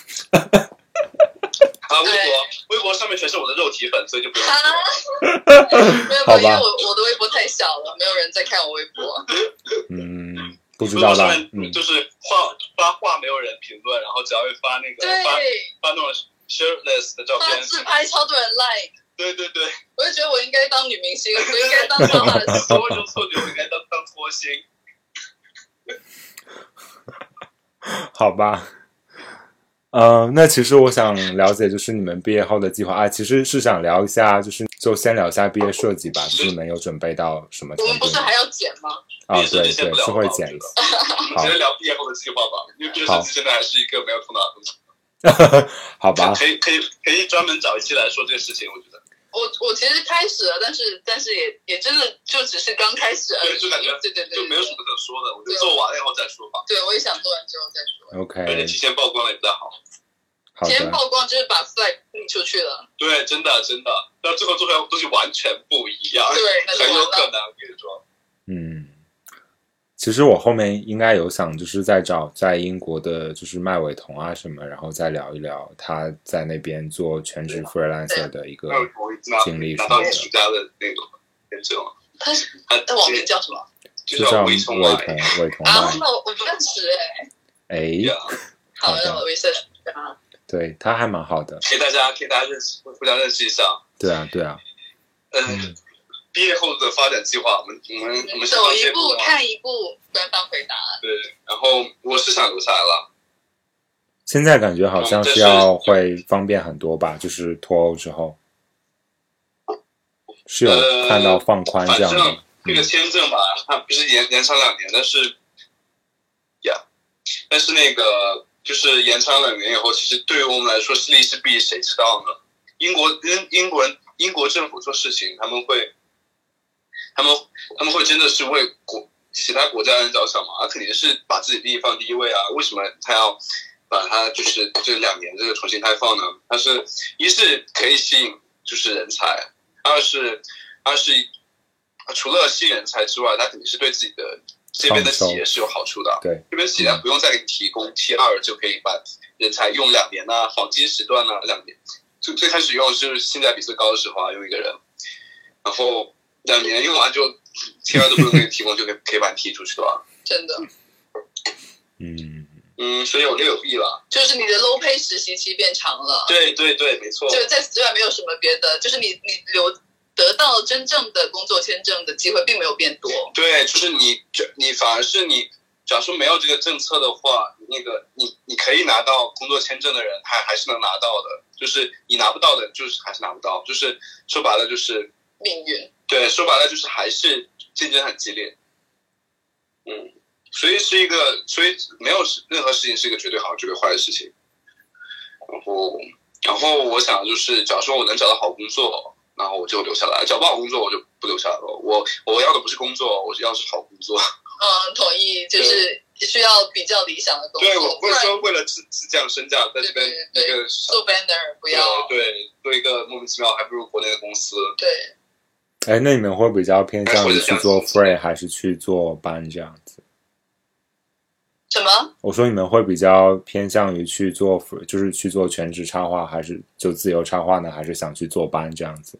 啊，微博，微博上面全是我的肉体粉，所以就不用说了。没有，因为我我的微博太小了，没有人在看我微博。 嗯。不知道吧？ 嗯，就是画发画没有人评论，然后只要会发那个发发那种 shirtless 的照片， 自拍超多人 like。 对对对， 我就觉得我应该当女明星，我应该当插画师， 我就错觉我应该当当拖星。 好吧。呃，那其实我想了解，就是你们毕业后的计划啊，其实是想聊一下，就是就先聊一下毕业设计吧，就是你们有准备到什么程度？ 我们不是还要剪吗？ 啊，对对，是会剪一次。 直接聊毕业后的计划吧，因为毕业设计现在还是一个没有头脑的东西。 好吧， 可以可以可以专门找一期来说这个事情，我觉得。 我我其实开始了，但是但是也也真的就只是刚开始而已， 对，就感觉对对对， 就没有什么可说的，我就做完了以后再说吧。 对，我也想做完之后再说。 OK， 而且提前曝光了也不太好。 好提前的， 曝光就是把 flag 立出去了。 对，真的真的，到最后做出来的东西完全不一样， 对，那就很有完了可能，我跟你说。 嗯。其实我后面应该有想，就是再找在英国的，就是麦伟彤啊什么，然后再聊一聊他在那边做全职 freelancer 的一个经历什么的。 拿到艺术家的那个认证， 他是他他网名叫什么？ 就就叫伟伟聪麦。 彤，伟彤啊， 麦。 我我不认识哎。 哎， 呀， 好， 好的让我 research 啊。 对他还蛮好的。 可以大家可以大家认识，互相认识一下。 对啊，对啊。 嗯， 嗯毕业后的发展计划，我们我们我们先走放这一步嘛看一步，官方回答。 对，然后我是想留下来了。 现在感觉好像是要会方便很多吧，就是脱欧之后，是有看到放宽这样的。 反正这个签证吧，它不是延延长两年，但是呀，但是那个就是延长两年以后，其实对于我们来说是利是弊，谁知道呢？英国英英国人英国政府做事情，他们会，他们他们会真的是为国其他国家人着想吗？他肯定是把自己利益放第一位啊！为什么他要把它就是这两年这个重新开放呢？它是一是可以吸引就是人才，二是二是除了吸引人才之外，它肯定是对自己的这边的企业是有好处的。 对， 这边企业不用再给你提供 T 二就可以把人才用两年呐、啊，黄金时段呐、啊、两年。就最开始用是性价比最高的时候啊，用一个人，然后两年用完就 T 二都不用给你提供，就可以可以把你踢出去了。 真的。 嗯嗯，所以有利有弊了。 就是你的 low pay 实习期变长了。 对对对，没错。 就在此之外没有什么别的，就是你你留得到真正的工作签证的机会并没有变多。 对，就是你你反而是你，假如说没有这个政策的话，那个你你可以拿到工作签证的人，他还是能拿到的。就是你拿不到的，就是还是拿不到。就是说白了，就是命运。对， 说白了就是还是竞争很激烈。嗯，所以是一个，所以没有任何事情是一个绝对好、绝对坏的事情。然后，然后我想就是，假如说我能找到好工作，然后我就留下来；找不好工作，我就不留下来了。我我要的不是工作，我要的是好工作。 嗯，同意，就是需要比较理想的工作。 对，我不是说为了自自降身价，在这边那个做 banner 不要。 对，做一个莫名其妙还不如国内的公司。 对。 哎，那你们会比较偏向于去做 free 还是去做班这样子？ 什么？ 我说你们会比较偏向于去做，就是去做全职插画，还是就自由插画呢？还是想去做班这样子？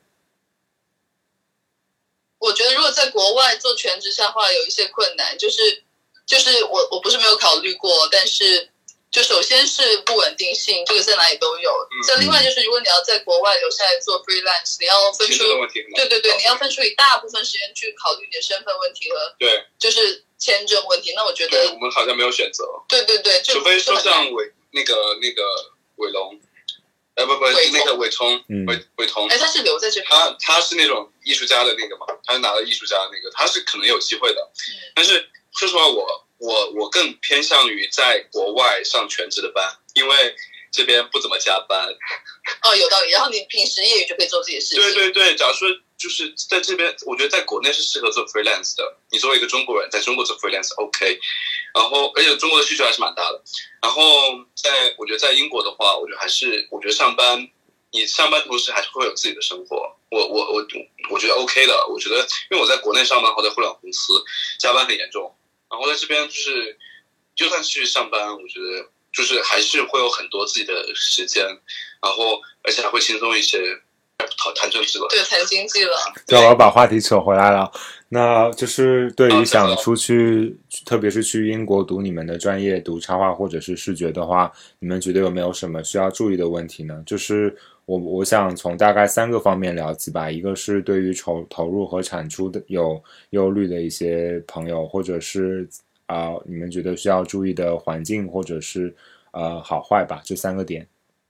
我觉得如果在国外做全职插画有一些困难，就是就是我我不是没有考虑过，但是就首先是不稳定性，这个在哪里都有。再、嗯、另外就是如果你要在国外留下来做 freelance， 你要分出对对对，你要分出一大部分时间去考虑你的身份问题和对就是签证问题。那我觉得对我们好像没有选择。对对对， 除非说像伟那个那个伟龙。呃不不，那个伟聪，伟伟彤， 哎，他是留在这边， 他他是那种艺术家的那个嘛，他是拿了艺术家的那个，他是可能有机会的。嗯、但是说实话，我我我更偏向于在国外上全职的班，因为这边不怎么加班。 哦，有道理。然后你平时业余就可以做自己的事情。 对对对，假如说就是在这边，我觉得在国内是适合做 freelance 的。你作为一个中国人，在中国做 freelance OK， 然后而且中国的需求还是蛮大的。然后在我觉得在英国的话，我觉得还是我觉得上班，你上班同时还是会有自己的生活。我我我我觉得 OK 的。我觉得因为我在国内上班或在互联网公司加班很严重，然后在这边就是就算去上班，我觉得就是还是会有很多自己的时间，然后而且还会轻松一些。谈政治了， 对，谈经济了。 对，我要把话题扯回来了。那就是对于想出去，特别是去英国读你们的专业，读插画或者是视觉的话，你们觉得有没有什么需要注意的问题呢？就是我我想从大概三个方面聊起吧。一个是对于投投入和产出的有忧虑的一些朋友，或者是啊、呃，你们觉得需要注意的环境，或者是呃好坏吧，这三个点。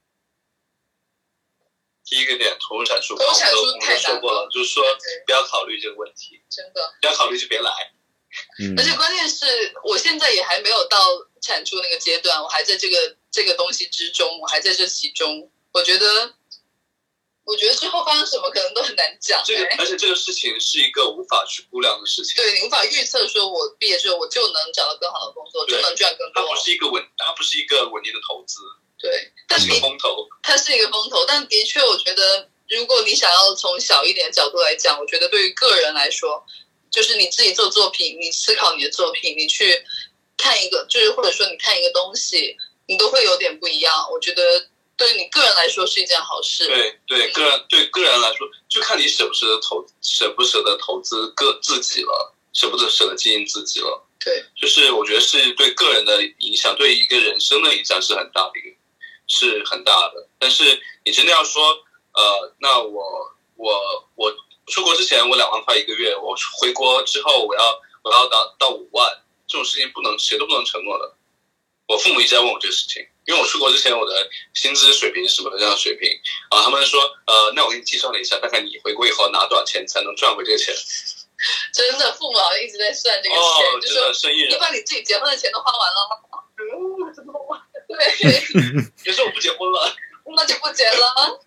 第一个点，投入产出， 投入产出太难说过了，就是说不要考虑这个问题， 真的不要考虑就别来。 嗯， 而且关键是我现在也还没有到产出那个阶段，我还在这个这个东西之中，我还在这其中。我觉得，我觉得之后发生什么可能都很难讲。 这个，而且这个事情是一个无法去估量的事情。 对，你无法预测说，我毕业之后我就能找到更好的工作，就能赚更多。 它不是一个稳，它不是一个稳定的投资。 对， 它是一个风投。 它是一个风投，但的确，我觉得，如果你想要从小一点的角度来讲，我觉得对于个人来说，就是你自己做作品，你思考你的作品，你去看一个，就是或者说你看一个东西，你都会有点不一样。我觉得对你个人来说是一件好事。 对对，个人对个人来说，就看你舍不舍得投，舍不舍得投资个自己了，舍不得舍得经营自己了。 对， 就是我觉得是对个人的影响，对一个人生的影响是很大的一个，是很大的。但是你真的要说，呃，那我我我出国之前我两万块一个月，我回国之后我要我要到到五万，这种事情不能谁都不能承诺的。我父母一直在问我这个事情，因为我出国之前我的薪资水平是什么这样的水平啊？他们说，呃，那我给你计算了一下，大概你回国以后拿多少钱才能赚回这个钱？ 真的，父母好像一直在算这个钱， 哦、 就说生意人， 你把你自己结婚的钱都花完了吗？嗯，怎么花？对， 有时候我不结婚了， 那就不结了。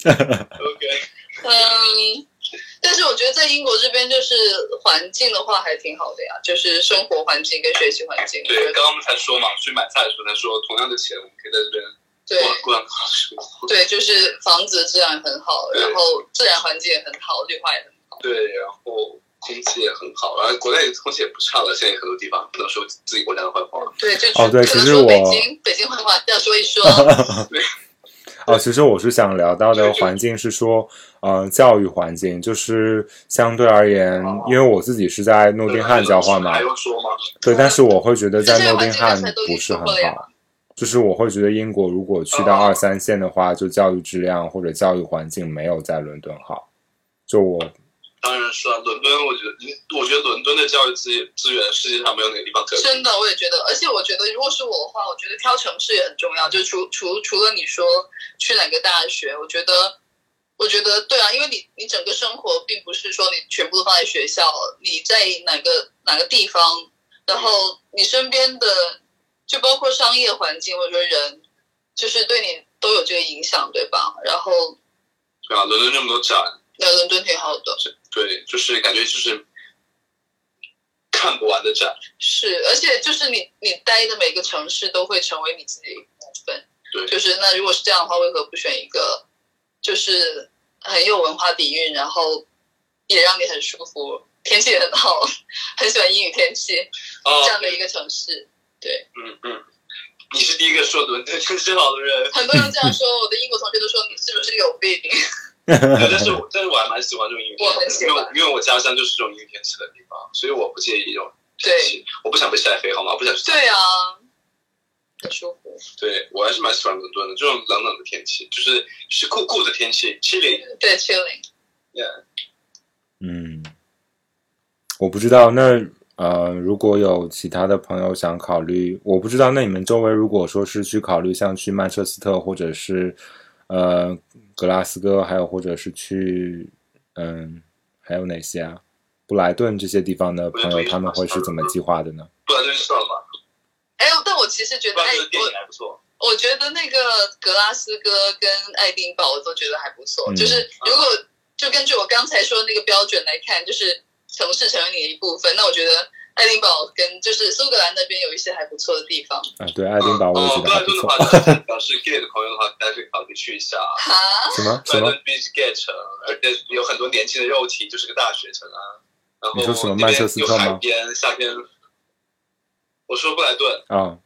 OK， 嗯，但是我觉得在英国这边就是环境的话还挺好的呀，就是生活环境跟学习环境。 对，刚刚我们才说嘛，去买菜的时候才说，同样的钱我们可以在这边对过上好的生活。 对，就是房子质量很好，然后自然环境也很好，绿化也很好。 对，然后空气也很好，然后国内空气也不差了。现在很多地方不能说自己国家的坏话。 对，就哦对，其实我北京北京坏话要说一说。 对。 哦，其实我是想聊到的环境是说，呃，教育环境就是相对而言，因为我自己是在诺丁汉交换嘛， 还用说吗？ 对，但是我会觉得在诺丁汉不是很好，就是我会觉得英国如果去到二三线的话，就教育质量或者教育环境没有在伦敦好。就我当然是啊，伦敦，我觉得，我觉得伦敦的教育资资源世界上没有哪个地方可以。 真的，我也觉得，而且我觉得，如果是我的话，我觉得挑城市也很重要。就除除除了你说去哪个大学，我觉得，我觉得对啊，因为你你整个生活并不是说你全部都放在学校，你在哪个哪个地方，然后你身边的就包括商业环境或者说人，就是对你都有这个影响，对吧？然后， 对啊，伦敦这么多展。 那伦敦挺好的， 对，就是感觉就是看不完的展。 是，而且就是你你待的每个城市都会成为你自己的一部分。 对， 就是那如果是这样的话，为何不选一个就是很有文化底蕴，然后也让你很舒服，天气也很好，很喜欢阴雨天气、哦、这样的一个城市？对， 嗯嗯。你是第一个说伦敦天气好的人。 很多人这样说，我的英国同学都说你是不是有病？ 但是我但是我还蛮喜欢这种阴雨天气， 我很喜欢， 因为因为我家乡就是这种阴雨天气的地方，所以我不介意这种天气。我不想被晒黑，好吗？我不想去。 对啊，很舒服。 对，我还是蛮喜欢伦敦的这种冷冷的天气，就是就是酷酷的天气 ，chilling。 对 ，chilling。Yeah。 嗯，我不知道那呃，如果有其他的朋友想考虑，我不知道那你们周围如果说是去考虑像去曼彻斯特或者是呃。格拉斯哥，还有或者是去，嗯，还有哪些啊？布莱顿这些地方的朋友，他们会是怎么计划的呢？ 布莱顿算了吧。 哎，但我其实觉得，哎， 我我觉得那个格拉斯哥跟爱丁堡我都觉得还不错。嗯、就是如果就根据我刚才说的那个标准来看，就是城市成为你的一部分，那我觉得爱丁堡跟就是苏格兰那边有一些还不错的地方啊。对，爱丁堡我也觉得还不错。 哦，布莱顿的话，表示 gay 的朋友的话，大家可以考虑去一下。 什么？什么 ？Beach gay 城，而且有很多年轻的肉体，就是个大学城啊。然后你说什么？曼彻斯特吗？ 有海边，夏天。我说布莱顿。 啊。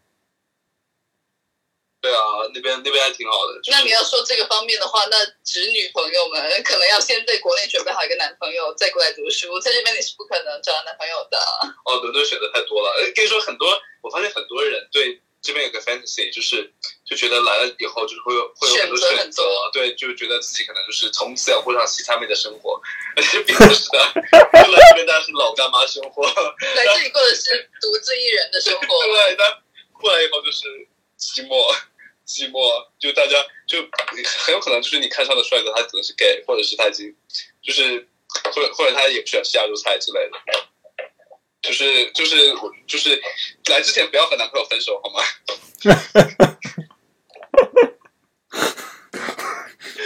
对啊，那边那边还挺好的。 就是、那你要说这个方面的话，那直女朋友们可能要先在国内准备好一个男朋友，再过来读书，在这边你是不可能找到男朋友的。 哦，伦敦选择太多了。跟你说，很多我发现很多人对这边有个 fantasy， 就是就觉得来了以后就是会有会有很多选择，对，就觉得自己可能就是从此要过上西餐妹的生活，而且并不是的，来这边当然是老干妈生活， 来这里过的是独自一人的生活。 对，那过来以后就是寂寞。寂寞，就大家就很有可能就是你看上的帅哥，他可能是 gay， 或者是他已经就是或者或者他也不喜欢吃亚洲菜之类的，就是就是就是来之前不要和男朋友分手好吗？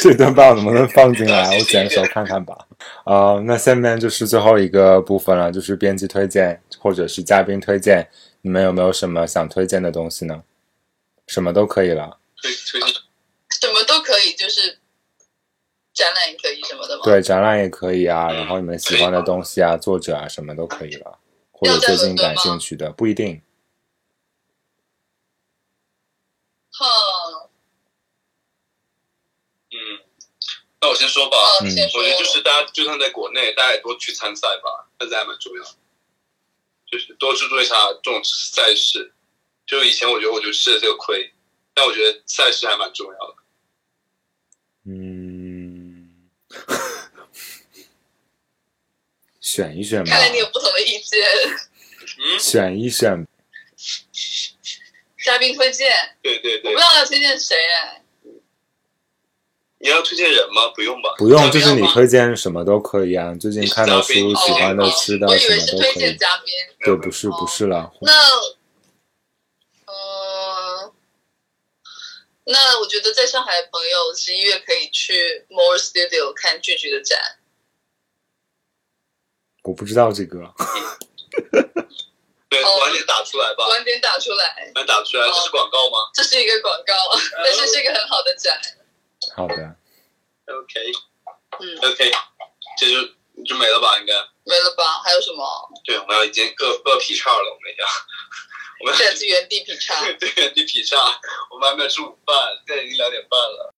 这段不知道能不能放进来，我剪手看看吧。呃，那下面就是最后一个部分了，就是编辑推荐或者是嘉宾推荐，你们有没有什么想推荐的东西呢？什么都可以了。 推推荐什么都可以，就是展览也可以什么的吗？ 对，展览也可以啊，然后你们喜欢的东西啊，作者啊，什么都可以了，或者最近感兴趣的，不一定。 哼， 嗯，那我先说吧。 嗯，先说。 我觉得就是大家就算在国内，大家也多去参赛吧，参赛还蛮重要的，就是多制作一下这种赛事。就以前我觉得我就吃了这个亏，但我觉得赛事还蛮重要的。 嗯，选一选吧。 看来你有不同的意见。 嗯， 选一选。 嘉宾推荐。 对对对。 我不知道要推荐谁哎。 你要推荐人吗？不用吧。 不用，就是你推荐什么都可以啊。最近看的书、喜欢的吃的， 我以为什么都可以。 是推荐嘉宾。 对，不是不是了。 那，嗯，那我觉得在上海的朋友十一月可以去 More Studio 看剧剧的展。 我不知道这个。 对，晚点打出来吧。 晚点打出来。 晚打出来，这是广告吗？ 这是一个广告，但是是一个很好的展。 好的。 OK。 嗯。 OK， 这就就没了吧？应该。 没了吧？还有什么？ 对，我们要已经各各劈叉了，我们要。我们现在是原地劈叉。 对，原地劈叉。我们还没有吃午饭，现在已经两点半了。